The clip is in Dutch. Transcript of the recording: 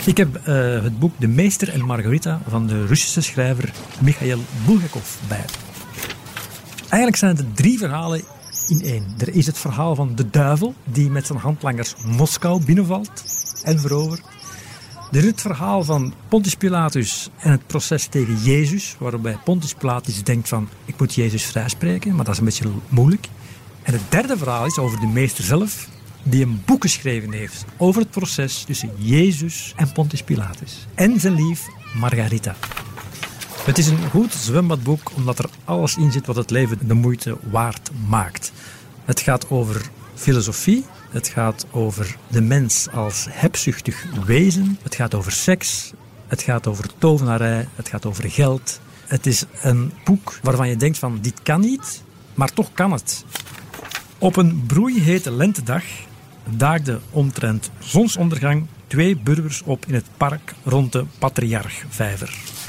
Ik heb het boek De Meester en Margarita van de Russische schrijver Michail Bulgakov bij. Eigenlijk zijn het 3 verhalen in 1. Er is het verhaal van de duivel die met zijn handlangers Moskou binnenvalt en verovert. Er is het verhaal van Pontius Pilatus en het proces tegen Jezus, waarbij Pontius Pilatus denkt van ik moet Jezus vrijspreken, maar dat is een beetje moeilijk. En het 3e verhaal is over de meester zelf, die een boek geschreven heeft over het proces tussen Jezus en Pontius Pilatus. En zijn lief Margarita. Het is een goed zwembadboek omdat er alles in zit wat het leven de moeite waard maakt. Het gaat over filosofie, het gaat over de mens als hebzuchtig wezen, het gaat over seks, het gaat over tovenarij, het gaat over geld. Het is een boek waarvan je denkt van dit kan niet, maar toch kan het. Op een broeihete lentedag daagden omtrent zonsondergang 2 burgers op in het park rond de Patriarchvijver.